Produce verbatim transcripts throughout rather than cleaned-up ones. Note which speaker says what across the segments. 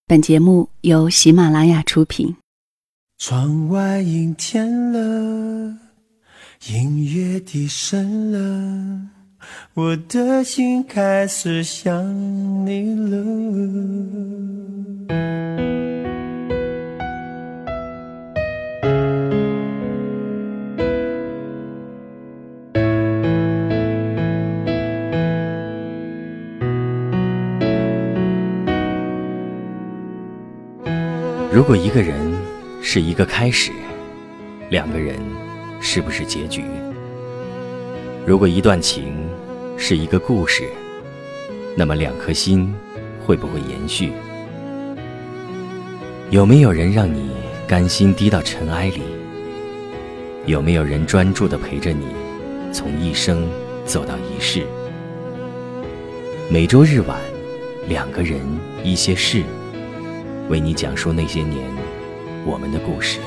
Speaker 1: 本节目由喜马拉雅出品。
Speaker 2: 窗外阴天了，音乐低声了，我的心开始想你了。
Speaker 3: 如果一个人是一个开始，两个人是不是结局？如果一段情是一个故事，那么两颗心会不会延续？有没有人让你甘心低到尘埃里？有没有人专注地陪着你，从一生走到一世？每周日晚，两个人一些事，为你讲述那些年我们的故事。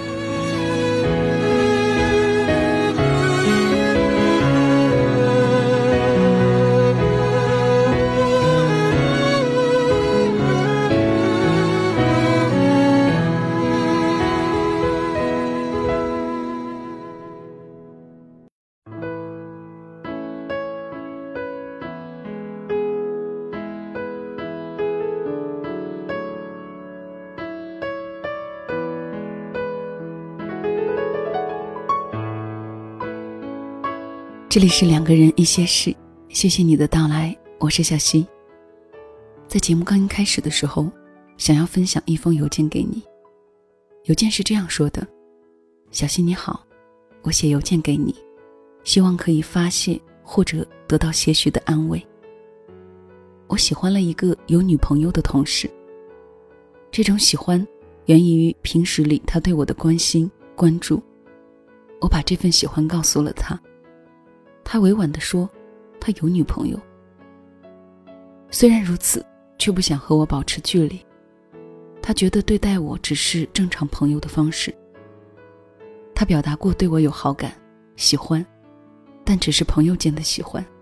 Speaker 1: 这里是两个人一些事，谢谢你的到来，我是小溪。在节目刚一开始的时候，想要分享一封邮件给你。邮件是这样说的：小溪你好，我写邮件给你，希望可以发泄或者得到些许的安慰。我喜欢了一个有女朋友的同事，这种喜欢源于平时里他对我的关心关注。我把这份喜欢告诉了他，他委婉地说他有女朋友。虽然如此，却不想和我保持距离。他觉得对待我只是正常朋友的方式。他表达过对我有好感喜欢，但只是朋友间的喜欢。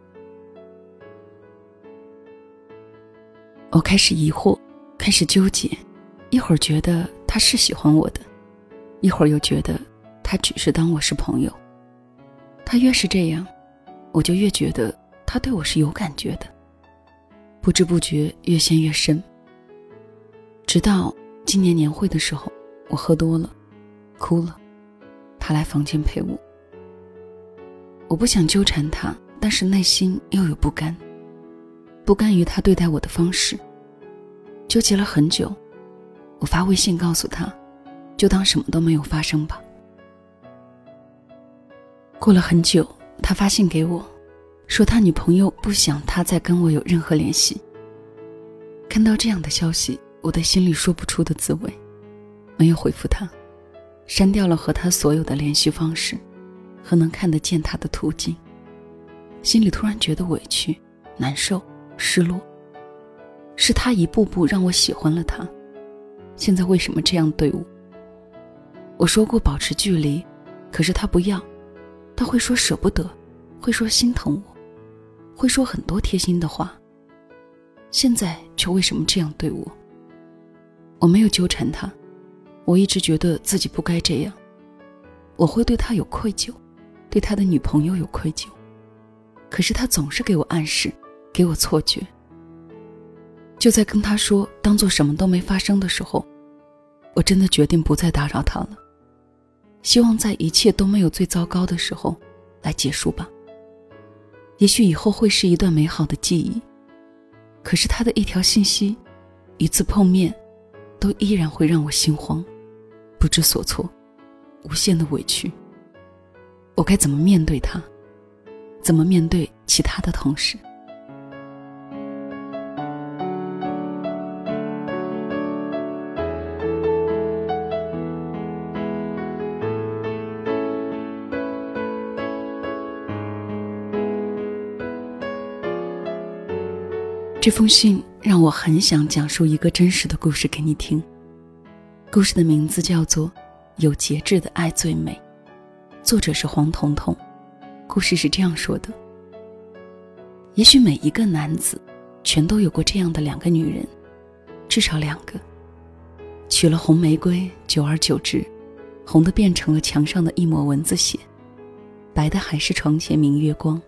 Speaker 1: 我开始疑惑，开始纠结，一会儿觉得他是喜欢我的，一会儿又觉得他只是当我是朋友。他越是这样，我就越觉得他对我是有感觉的，不知不觉越陷越深。直到今年年会的时候，我喝多了哭了，他来房间陪我。我不想纠缠他，但是内心又有不甘，不甘于他对待我的方式。纠结了很久，我发微信告诉他，就当什么都没有发生吧。过了很久，他发信给我，说他女朋友不想他再跟我有任何联系。看到这样的消息，我的心里说不出的滋味，没有回复他，删掉了和他所有的联系方式和能看得见他的途径。心里突然觉得委屈、难受、失落，是他一步步让我喜欢了他，现在为什么这样对我？我说过保持距离，可是他不要，他会说舍不得，会说心疼我，会说很多贴心的话，现在却为什么这样对我？我没有纠缠他，我一直觉得自己不该这样，我会对他有愧疚，对他的女朋友有愧疚，可是他总是给我暗示，给我错觉。就在跟他说当做什么都没发生的时候，我真的决定不再打扰他了，希望在一切都没有最糟糕的时候来结束吧。也许以后会是一段美好的记忆，可是他的一条信息，一次碰面，都依然会让我心慌，不知所措，无限的委屈。我该怎么面对他？怎么面对其他的同事？这封信让我很想讲述一个真实的故事给你听。故事的名字叫做《有节制的爱最美》，作者是黄彤彤。故事是这样说的：也许每一个男子全都有过这样的两个女人，至少两个。 取了红玫瑰，久而久之，红的变成了墙上的一抹蚊子血，白的还是床前明月光。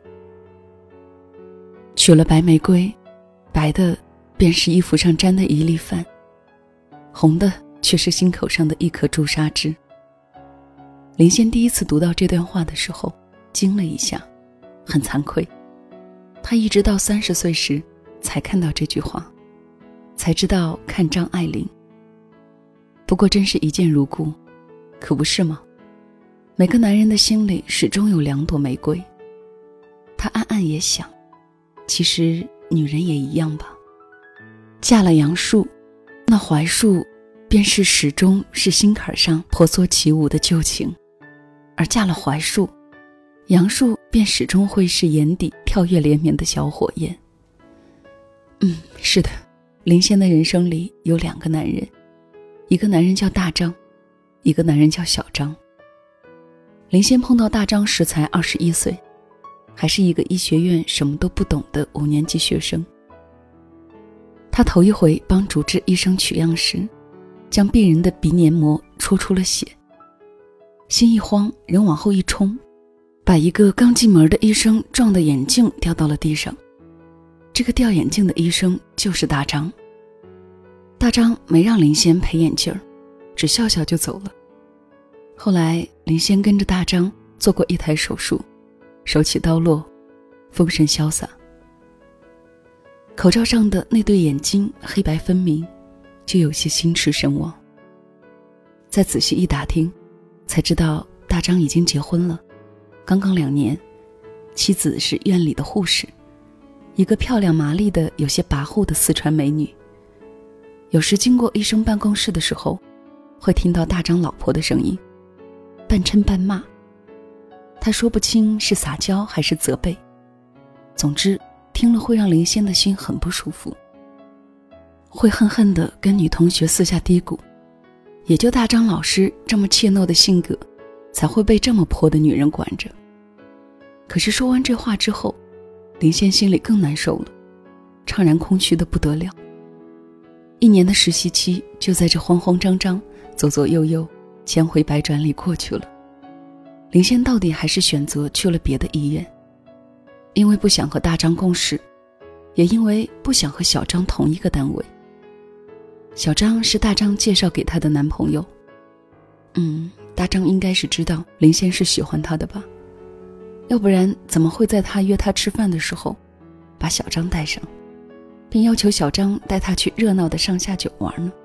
Speaker 1: 取了白玫瑰，白的便是衣服上沾的一粒饭，红的却是心口上的一颗朱砂痣。林仙第一次读到这段话的时候，惊了一下，很惭愧。他一直到三十岁时才看到这句话，才知道看张爱玲。不过真是一见如故，可不是吗？每个男人的心里始终有两朵玫瑰。他暗暗也想，其实女人也一样吧。嫁了杨树，那槐树便是始终是心坎上婆娑起舞的旧情，而嫁了槐树，杨树便始终会是眼底跳跃连绵的小火焰。嗯，是的，林仙的人生里有两个男人，一个男人叫大张，一个男人叫小张。林仙碰到大张时才二十一岁，还是一个医学院什么都不懂的五年级学生。他头一回帮主治医生取样时，将病人的鼻黏膜戳出了血，心一慌，人往后一冲，把一个刚进门的医生撞得眼镜掉到了地上。这个掉眼镜的医生就是大张。大张没让林仙赔眼镜儿，只笑笑就走了。后来林仙跟着大张做过一台手术，手起刀落，风神潇洒。口罩上的那对眼睛黑白分明，就有些心驰神往。再仔细一打听，才知道大张已经结婚了，刚刚两年，妻子是院里的护士，一个漂亮麻利的有些跋扈的四川美女。有时经过医生办公室的时候，会听到大张老婆的声音，半嗔半骂，他说不清是撒娇还是责备，总之听了会让林仙的心很不舒服，会恨恨地跟女同学私下嘀咕，也就大张老师这么怯懦的性格，才会被这么泼的女人管着。可是说完这话之后，林仙心里更难受了，怅然空虚得不得了。一年的实习期就在这慌慌张张、左左右右、千回百转里过去了。林仙到底还是选择去了别的医院，因为不想和大张共事，也因为不想和小张同一个单位。小张是大张介绍给她的男朋友。嗯，大张应该是知道林仙是喜欢他的吧，要不然怎么会在他约他吃饭的时候把小张带上，并要求小张带他去热闹的上下九玩呢？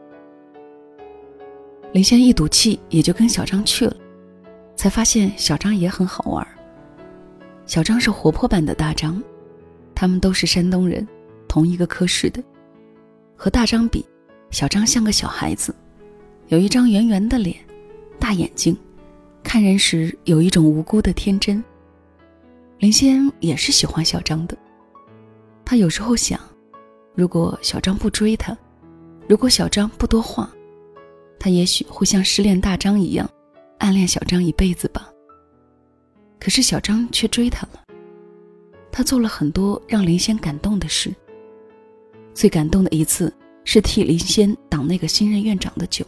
Speaker 1: 林仙一赌气也就跟小张去了，才发现小张也很好玩。小张是活泼版的大张，他们都是山东人，同一个科室的。和大张比，小张像个小孩子，有一张圆圆的脸，大眼睛，看人时有一种无辜的天真。林仙也是喜欢小张的，她有时候想，如果小张不追她，如果小张不多话，她也许会像失恋大张一样暗恋小张一辈子吧。可是小张却追她了，他做了很多让林仙感动的事。最感动的一次是替林仙挡那个新任院长的酒，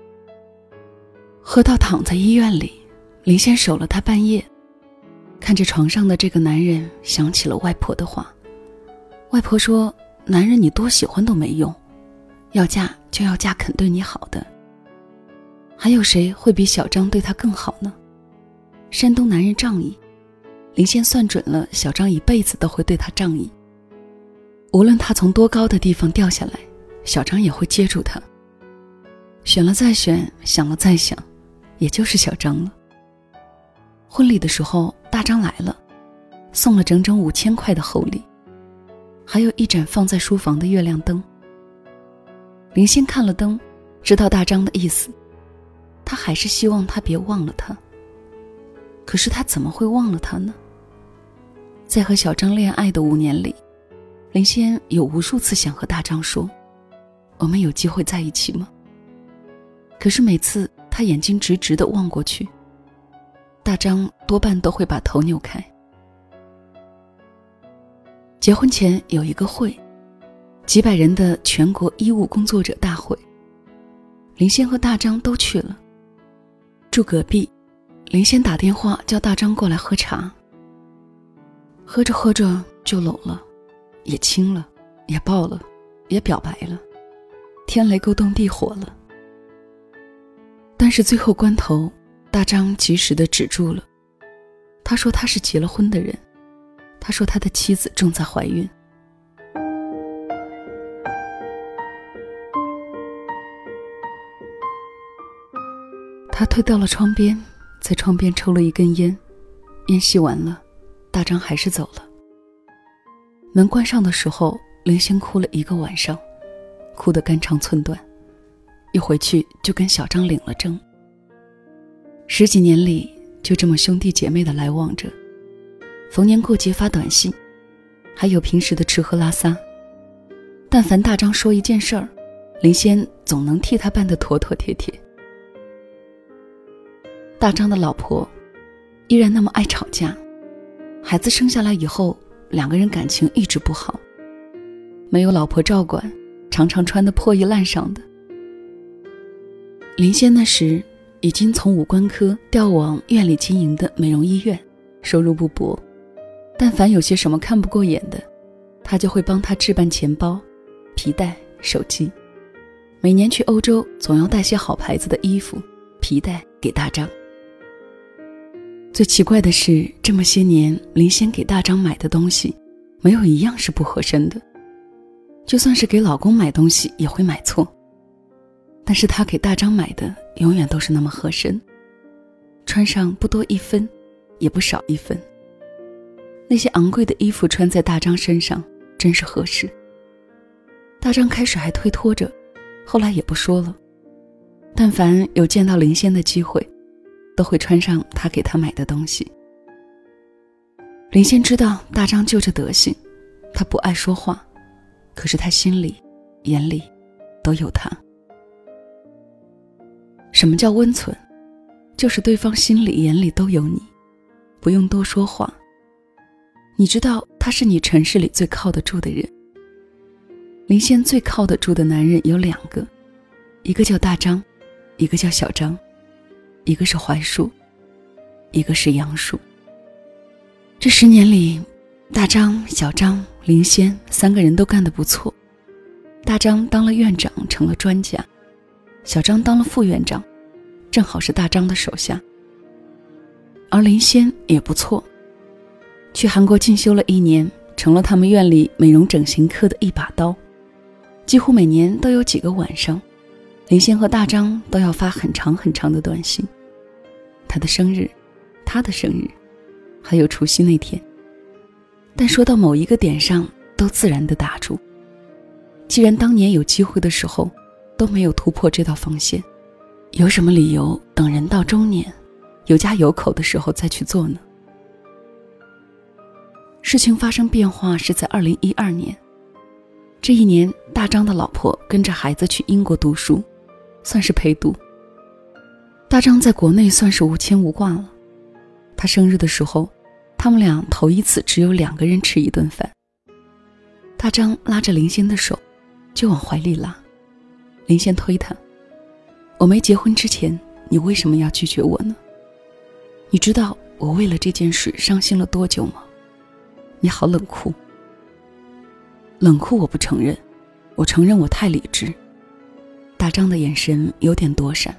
Speaker 1: 喝到躺在医院里，林仙守了他半夜，看着床上的这个男人，想起了外婆的话。外婆说，男人你多喜欢都没用，要嫁就要嫁肯对你好的。还有谁会比小张对他更好呢？山东男人仗义，林仙算准了小张一辈子都会对他仗义，无论他从多高的地方掉下来，小张也会接住他。选了再选，想了再想，也就是小张了。婚礼的时候，大张来了，送了整整五千块的厚礼，还有一盏放在书房的月亮灯。林仙看了灯，知道大张的意思，他还是希望他别忘了他。可是他怎么会忘了他呢？在和小张恋爱的五年里，林仙有无数次想和大张说，我们有机会在一起吗？可是每次他眼睛直直地望过去，大张多半都会把头扭开。结婚前有一个会，几百人的全国医务工作者大会， 林仙和大张都去了。住隔壁，林仙打电话叫大张过来喝茶。喝着喝着就搂了，也亲了，也抱了，也表白了，天雷勾动地火了。但是最后关头，大张及时地止住了。他说他是结了婚的人，他说他的妻子正在怀孕。他推到了窗边，在窗边抽了一根烟，烟吸完了，大张还是走了。门关上的时候，林仙哭了一个晚上，哭得肝肠寸断，一回去就跟小张领了证。十几年里就这么兄弟姐妹的来往着，逢年过节发短信，还有平时的吃喝拉撒。但凡大张说一件事儿，林仙总能替他办得妥妥帖帖。大张的老婆依然那么爱吵架，孩子生下来以后，两个人感情一直不好，没有老婆照管，常常穿得破衣烂裳的。林仙那时已经从五官科调往院里经营的美容医院，收入不薄，但凡有些什么看不过眼的，他就会帮他置办钱包、皮带、手机。每年去欧洲总要带些好牌子的衣服、皮带给大张。最奇怪的是，这么些年林仙给大张买的东西没有一样是不合身的，就算是给老公买东西也会买错，但是他给大张买的永远都是那么合身，穿上不多一分也不少一分。那些昂贵的衣服穿在大张身上真是合适。大张开始还推脱着，后来也不说了，但凡有见到林仙的机会，都会穿上他给他买的东西。林仙知道大张就这德行，他不爱说话，可是他心里眼里都有他。什么叫温存？就是对方心里眼里都有你，不用多说话。你知道他是你城市里最靠得住的人。林仙最靠得住的男人有两个，一个叫大张，一个叫小张，一个是槐树，一个是杨树。这十年里，大张、小张、林仙三个人都干得不错。大张当了院长，成了专家；小张当了副院长，正好是大张的手下。而林仙也不错，去韩国进修了一年，成了他们院里美容整形科的一把刀。几乎每年都有几个晚上，林仙和大张都要发很长很长的短信，他的生日，他的生日，还有除夕那天。但说到某一个点上，都自然地打住。既然当年有机会的时候都没有突破这道防线，有什么理由等人到中年有家有口的时候再去做呢？事情发生变化是在二零一二年。这一年，大张的老婆跟着孩子去英国读书，算是陪读。大张在国内算是无牵无挂了。他生日的时候，他们俩头一次只有两个人吃一顿饭。大张拉着林仙的手就往怀里拉，林仙推他：我没结婚之前，你为什么要拒绝我呢？你知道我为了这件事伤心了多久吗？你好冷酷。冷酷我不承认，我承认我太理智。大张的眼神有点躲闪。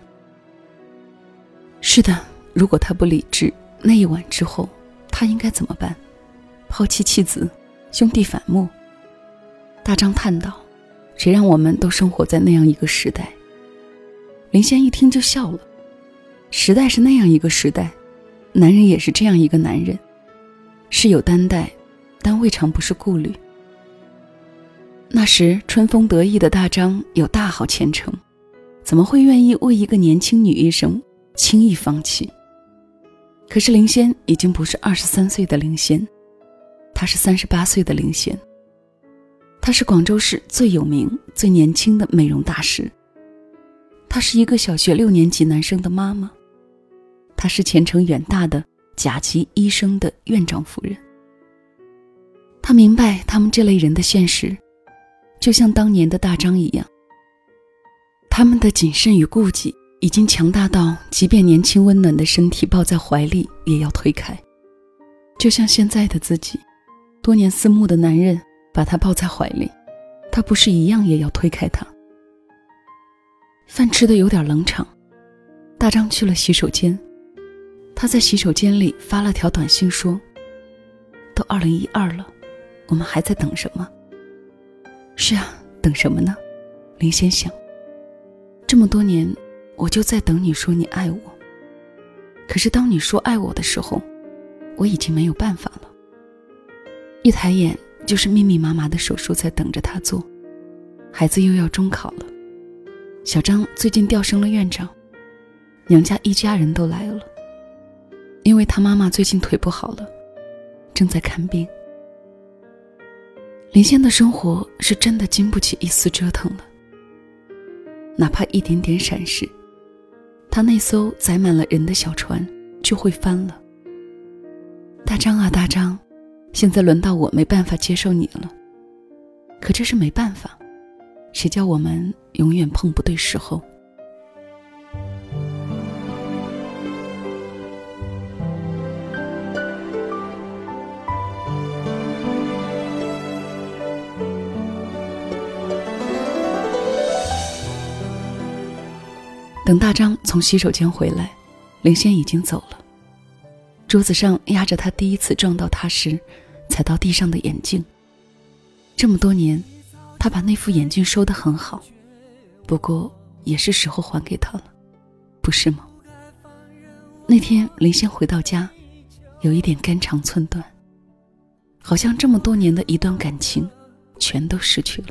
Speaker 1: 是的，如果他不理智，那一晚之后他应该怎么办？抛弃妻子，兄弟反目。大张叹道：谁让我们都生活在那样一个时代？林仙一听就笑了。时代是那样一个时代，男人也是这样一个男人，是有担待，但未尝不是顾虑。那时春风得意的大张有大好前程，怎么会愿意为一个年轻女医生轻易放弃？可是林仙已经不是二十三岁的林仙，她是三十八岁的林仙。她是广州市最有名最年轻的美容大师，她是一个小学六年级男生的妈妈，她是前程远大的甲级医生的院长夫人。她明白他们这类人的现实，就像当年的大张一样。 他们的谨慎与顾忌已经强大到即便年轻温暖的身体抱在怀里也要推开。就像现在的自己，多年思慕的男人把她抱在怀里，她不是一样也要推开他。饭吃的有点冷场，大张去了洗手间，他在洗手间里发了条短信说，都二零一二了，我们还在等什么？是啊，等什么呢？林先想，这么多年我就在等你说你爱我，可是当你说爱我的时候，我已经没有办法了。一抬眼就是密密麻麻的手术在等着他做，孩子又要中考了，小张最近调升了院长，娘家一家人都来了，因为他妈妈最近腿不好了，正在看病。林仙的生活是真的经不起一丝折腾了，哪怕一点点闪失，他那艘载满了人的小船就会翻了。大张啊大张，现在轮到我没办法接受你了，可这是没办法，谁叫我们永远碰不对时候。等大张从洗手间回来，林仙已经走了。桌子上压着他第一次撞到他时踩到地上的眼镜，这么多年他把那副眼镜收得很好，不过也是时候还给他了，不是吗？那天林仙回到家，有一点肝肠寸断，好像这么多年的一段感情全都失去了。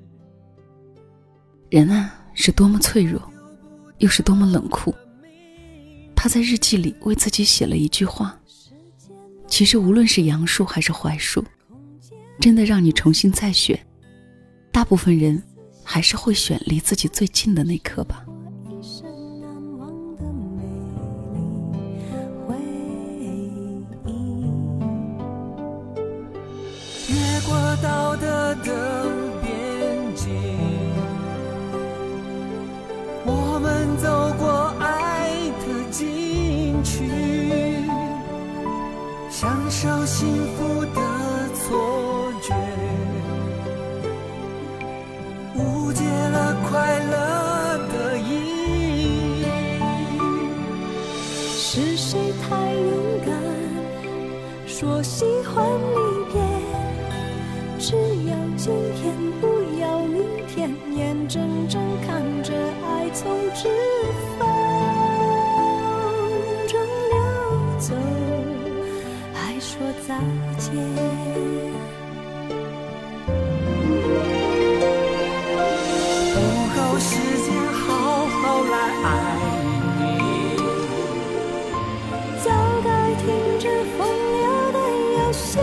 Speaker 1: 人啊，是多么脆弱，又是多么冷酷。他在日记里为自己写了一句话，其实无论是杨树还是槐树，真的让你重新再选，大部分人还是会选离自己最近的那棵吧。
Speaker 2: 越过道德的边境，我们走过爱的禁区，享受幸福的错觉，误解了快乐的意义。
Speaker 4: 是谁太勇敢，说喜欢离别，只要今天不要明天，眼睁睁看着爱从指缝中流走，还说再见。
Speaker 2: 不够时间好好来爱你，
Speaker 4: 早该停止风流的游戏，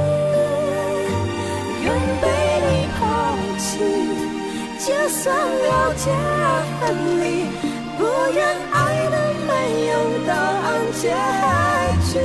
Speaker 4: 愿被你抛弃，就算了解而分离，不愿爱的没有答案结局。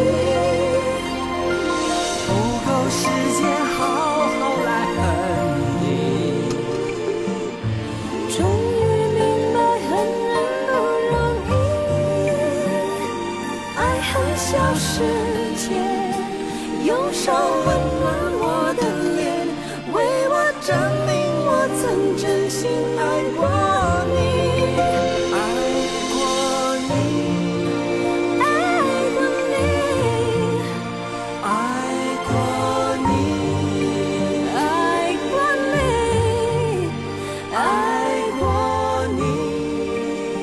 Speaker 2: 不够时间好好来恨你，
Speaker 4: 终于明白恨人不容易，爱恨消失前，用手温暖我的脸，为我证明我曾真心爱过你，
Speaker 2: 爱过你，
Speaker 4: 爱过你，
Speaker 2: 爱过你，
Speaker 4: 爱过你，爱过你。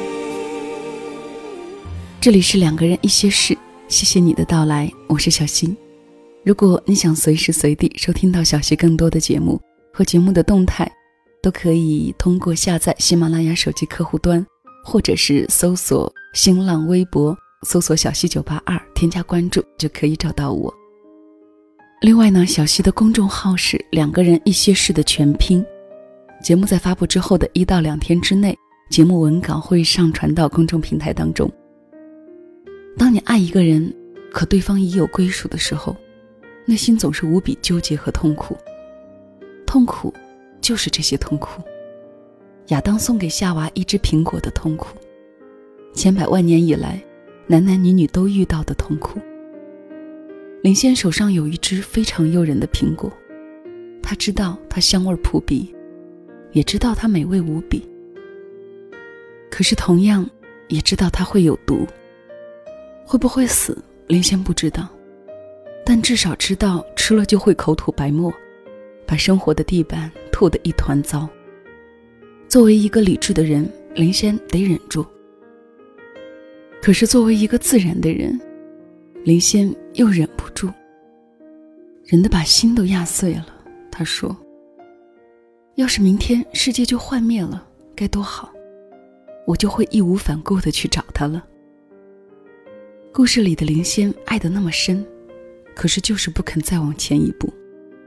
Speaker 1: 这里是两个人一些事，谢谢你的到来，我是小新。如果你想随时随地收听到小溪更多的节目和节目的动态，都可以通过下载喜马拉雅手机客户端，或者是搜索新浪微博，搜索小溪九八二，添加关注就可以找到我。另外呢，小溪的公众号是两个人一些事的全拼，节目在发布之后的一到两天之内，节目文稿会上传到公众平台当中。当你爱一个人，可对方已有归属的时候，内心总是无比纠结和痛苦。痛苦就是这些痛苦， 亚当送给夏娃一只苹果的痛苦，千百万年以来男男女女都遇到的痛苦。林仙手上有一只非常诱人的苹果，他知道它香味扑鼻，也知道它美味无比，可是同样也知道它会有毒。会不会死，林仙不知道，但至少知道吃了就会口吐白沫，把生活的地板吐得一团糟。作为一个理智的人，林仙得忍住。可是作为一个自然的人，林仙又忍不住，忍得把心都压碎了。他说，要是明天世界就幻灭了，该多好，我就会义无反顾地去找他了。故事里的林仙爱得那么深，可是就是不肯再往前一步。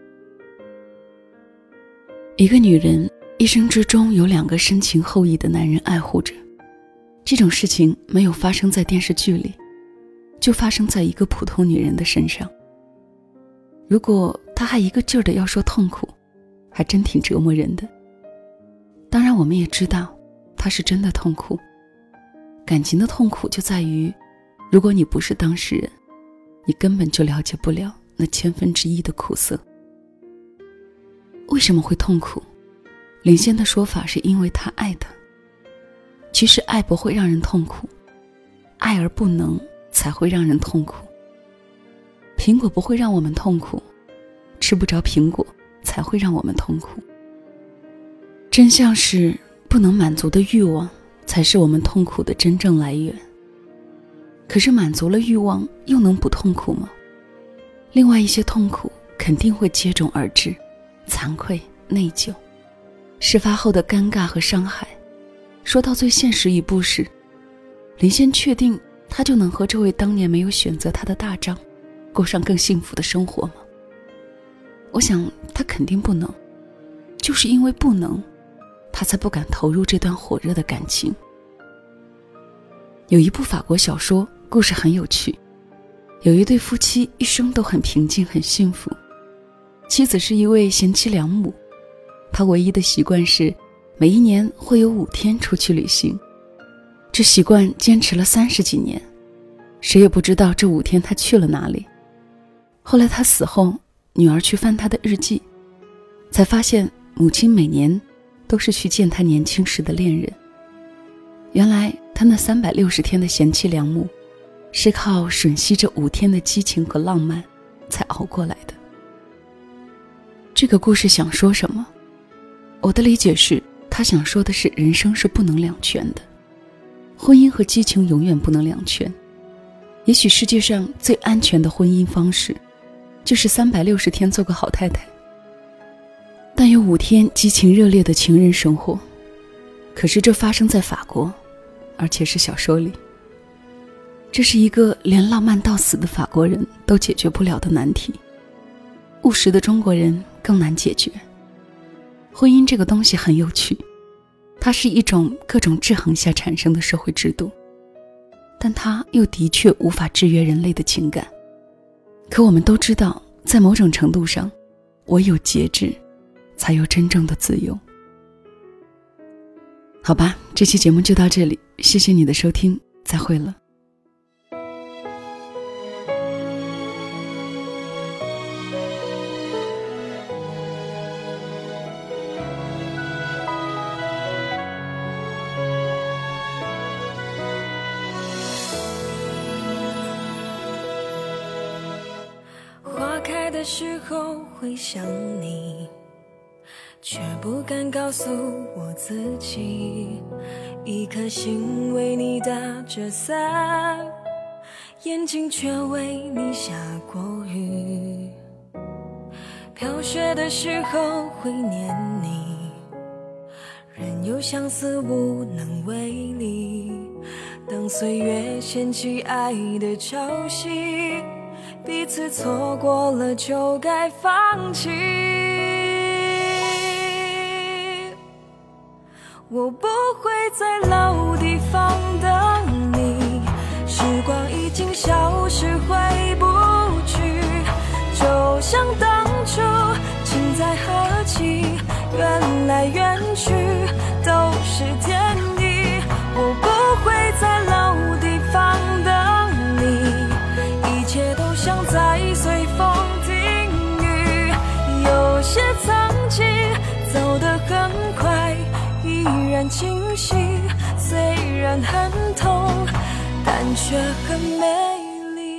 Speaker 1: 一个女人一生之中有两个深情厚谊的男人爱护着，这种事情没有发生在电视剧里，就发生在一个普通女人的身上。如果她还一个劲儿的要说痛苦，还真挺折磨人的。当然我们也知道她是真的痛苦，感情的痛苦就在于，如果你不是当事人，你根本就了解不了那千分之一的苦涩。为什么会痛苦？林仙的说法是因为他爱他。其实爱不会让人痛苦，爱而不能才会让人痛苦。苹果不会让我们痛苦，吃不着苹果才会让我们痛苦。真相是，不能满足的欲望才是我们痛苦的真正来源。可是满足了欲望又能不痛苦吗？另外一些痛苦肯定会接踵而至，惭愧、内疚，事发后的尴尬和伤害。说到最现实一步是，林仙确定他就能和这位当年没有选择他的大丈过上更幸福的生活吗？我想他肯定不能，就是因为不能，他才不敢投入这段火热的感情。有一部法国小说，故事很有趣。有一对夫妻一生都很平静很幸福，妻子是一位贤妻良母，她唯一的习惯是每一年会有五天出去旅行。这习惯坚持了三十几年，谁也不知道这五天她去了哪里。后来她死后，女儿去翻她的日记，才发现母亲每年都是去见她年轻时的恋人。原来她那三百六十天的贤妻良母是靠吮吸着五天的激情和浪漫才熬过来的。这个故事想说什么？我的理解是，他想说的是人生是不能两全的，婚姻和激情永远不能两全。也许世界上最安全的婚姻方式就是三百六十天做个好太太，但有五天激情热烈的情人生活。可是这发生在法国，而且是小说里。这是一个连浪漫到死的法国人都解决不了的难题，务实的中国人更难解决。婚姻这个东西很有趣，它是一种各种制衡下产生的社会制度，但它又的确无法制约人类的情感。可我们都知道，在某种程度上，唯有节制才有真正的自由。好吧，这期节目就到这里，谢谢你的收听，再会了。
Speaker 4: 花开的时候会想你，却不敢告诉我自己，一颗心为你打着伞，眼睛却为你下过雨。飘雪的时候会念你，任由相思无能为力。当岁月掀起爱的潮汐，彼此错过了就该放弃。我不会在老地方等你，时光已经消失回不去，就像当初情在何期，缘来缘去都然清晰，虽然很痛，但却很美丽。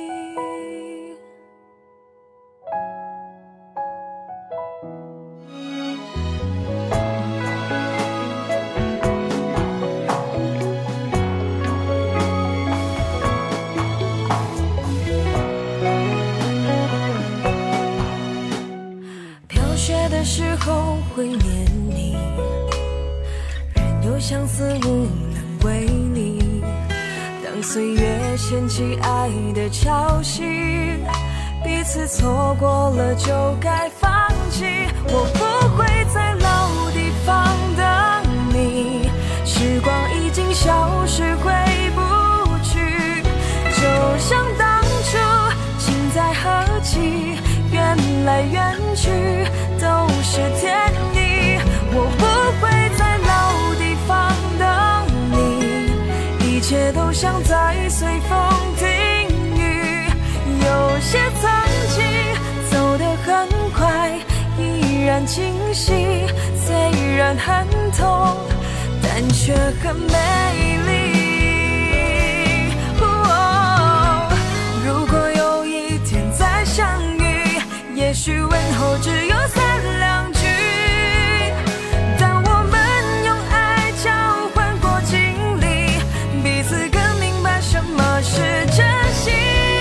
Speaker 4: 飘雪的时候会念你，人有相思无能为力。当岁月掀起爱的潮汐，彼此错过了就该放弃。我不会在老地方等你，时光已经消失回不去。就像当初情在何期，缘来缘去都是天意。我不会在老地方等你，一切都像在随风停雨。有些曾经走得很快，依然清晰，虽然很痛，但却很美丽。哦，如果有一天再相遇，也许问候只有三两句，但我们用爱交换过经历，彼此更明白什么是真心。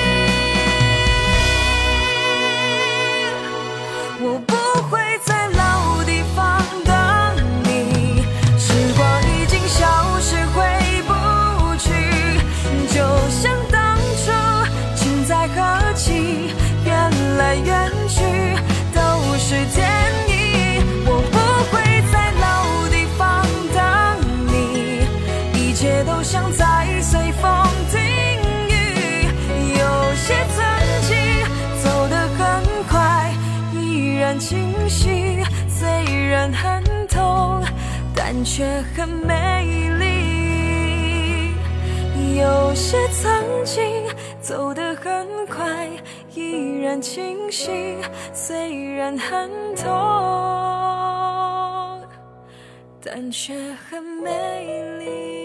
Speaker 4: 我不会在老地方等你，时光已经消失回不去。就像当初情在何期，缘来缘去都是天意。我不会在老地方等你，一切都像在随风停雨。有些曾经走得很快，依然清晰，虽然很痛，但却很美丽。有些曾经走得很快，依然清晰，虽然很痛，但却很美丽。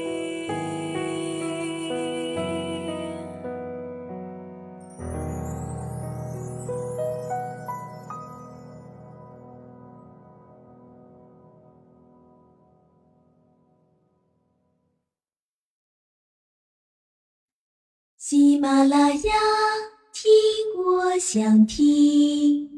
Speaker 5: 喜马拉雅，听我想听。